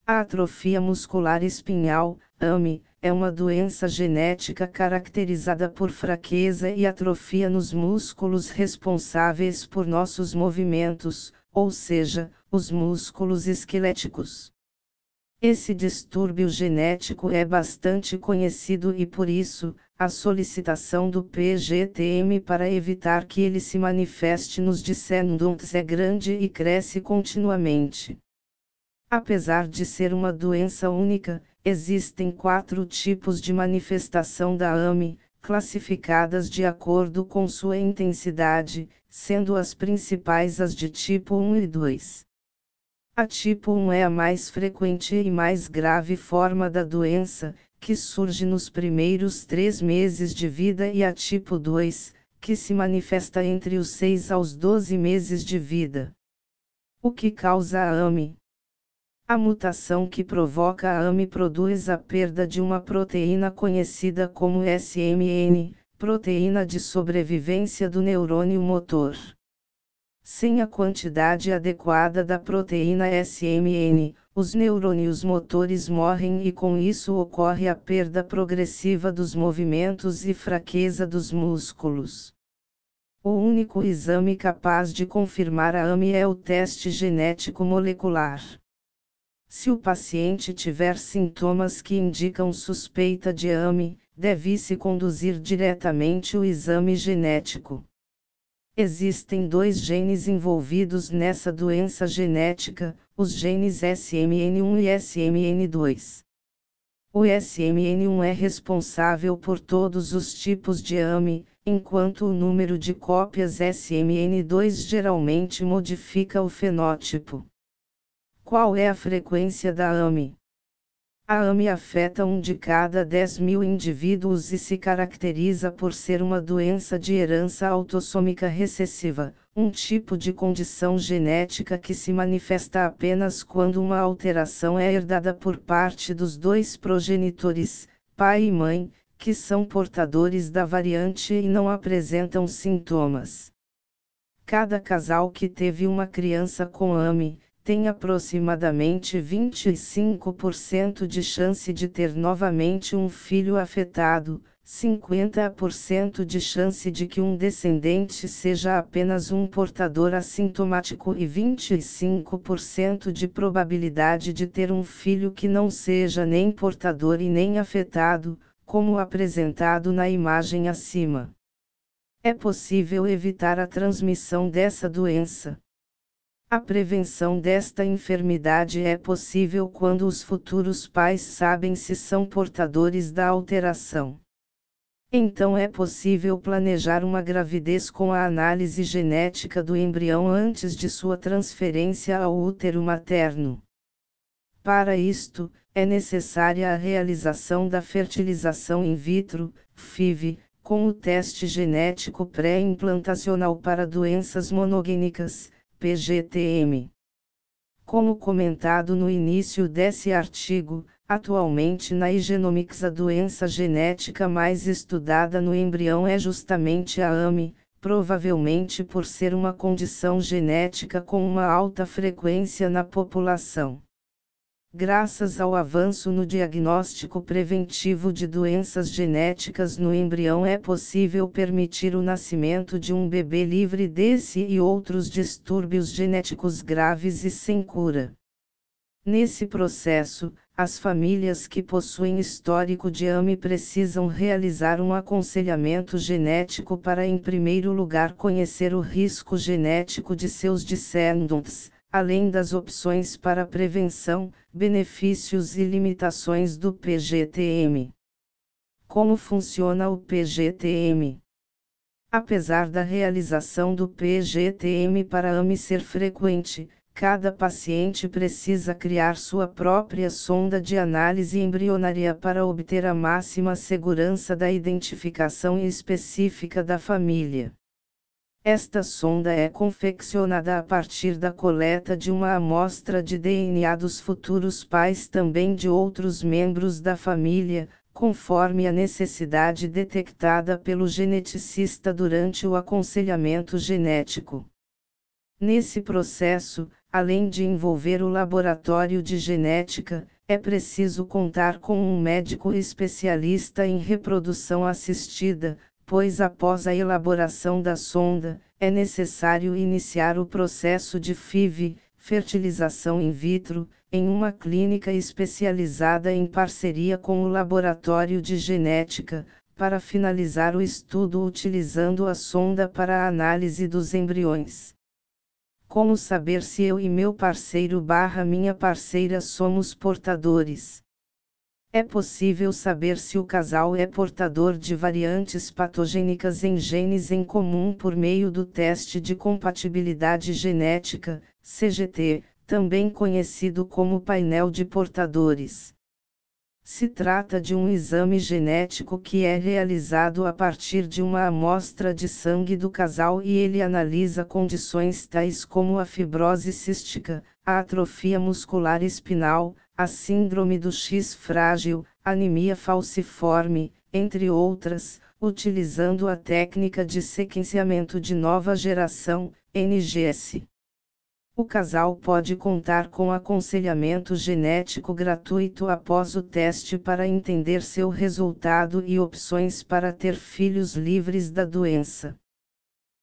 A atrofia muscular espinhal, AME, é uma doença genética caracterizada por fraqueza e atrofia nos músculos responsáveis por nossos movimentos, ou seja, os músculos esqueléticos. Esse distúrbio genético é bastante conhecido e por isso, a solicitação do PGTM para evitar que ele se manifeste nos descendentes é grande e cresce continuamente. Apesar de ser uma doença única, existem 4 tipos de manifestação da AME, classificadas de acordo com sua intensidade, sendo as principais as de tipo 1 e 2. A tipo 1 é a mais frequente e mais grave forma da doença, que surge nos primeiros 3 meses de vida, e a tipo 2, que se manifesta entre os 6 aos 12 meses de vida. O que causa a AME? A mutação que provoca a AME produz a perda de uma proteína conhecida como SMN, proteína de sobrevivência do neurônio motor. Sem a quantidade adequada da proteína SMN, os neurônios motores morrem e com isso ocorre a perda progressiva dos movimentos e fraqueza dos músculos. O único exame capaz de confirmar a AME é o teste genético molecular. Se o paciente tiver sintomas que indicam suspeita de AME, deve-se conduzir diretamente o exame genético. Existem 2 genes envolvidos nessa doença genética, os genes SMN1 e SMN2. O SMN1 é responsável por todos os tipos de AME, enquanto o número de cópias SMN2 geralmente modifica o fenótipo. Qual é a frequência da AME? A AME afeta 1 de cada 10.000 indivíduos e se caracteriza por ser uma doença de herança autossômica recessiva, um tipo de condição genética que se manifesta apenas quando uma alteração é herdada por parte dos 2 progenitores, pai e mãe, que são portadores da variante e não apresentam sintomas. Cada casal que teve uma criança com AME, tem aproximadamente 25% de chance de ter novamente um filho afetado, 50% de chance de que um descendente seja apenas um portador assintomático e 25% de probabilidade de ter um filho que não seja nem portador e nem afetado, como apresentado na imagem acima. É possível evitar a transmissão dessa doença. A prevenção desta enfermidade é possível quando os futuros pais sabem se são portadores da alteração. Então é possível planejar uma gravidez com a análise genética do embrião antes de sua transferência ao útero materno. Para isto, é necessária a realização da fertilização in vitro, FIV, com o teste genético pré-implantacional para doenças monogênicas, PGTM. Como comentado no início desse artigo, atualmente na Igenomics a doença genética mais estudada no embrião é justamente a AME, provavelmente por ser uma condição genética com uma alta frequência na população. Graças ao avanço no diagnóstico preventivo de doenças genéticas no embrião é possível permitir o nascimento de um bebê livre desse e outros distúrbios genéticos graves e sem cura. Nesse processo, as famílias que possuem histórico de AME precisam realizar um aconselhamento genético para em primeiro lugar conhecer o risco genético de seus descendentes, além das opções para prevenção, benefícios e limitações do PGTM. Como funciona o PGTM? Apesar da realização do PGTM para AME ser frequente, cada paciente precisa criar sua própria sonda de análise embrionária para obter a máxima segurança da identificação específica da família. Esta sonda é confeccionada a partir da coleta de uma amostra de DNA dos futuros pais, também de outros membros da família, conforme a necessidade detectada pelo geneticista durante o aconselhamento genético. Nesse processo, Além de envolver o laboratório de genética, é preciso contar com um médico especialista em reprodução assistida, pois após a elaboração da sonda, é necessário iniciar o processo de FIV, fertilização in vitro, em uma clínica especializada em parceria com o laboratório de genética, para finalizar o estudo utilizando a sonda para a análise dos embriões. Como saber se eu e meu parceiro/minha parceira somos portadores? É possível saber se o casal é portador de variantes patogênicas em genes em comum por meio do teste de compatibilidade genética, CGT, também conhecido como painel de portadores. Se trata de um exame genético que é realizado a partir de uma amostra de sangue do casal e ele analisa condições tais como a fibrose cística, a atrofia muscular espinal, a síndrome do X frágil, anemia falciforme, entre outras, utilizando a técnica de sequenciamento de nova geração, NGS. O casal pode contar com aconselhamento genético gratuito após o teste para entender seu resultado e opções para ter filhos livres da doença.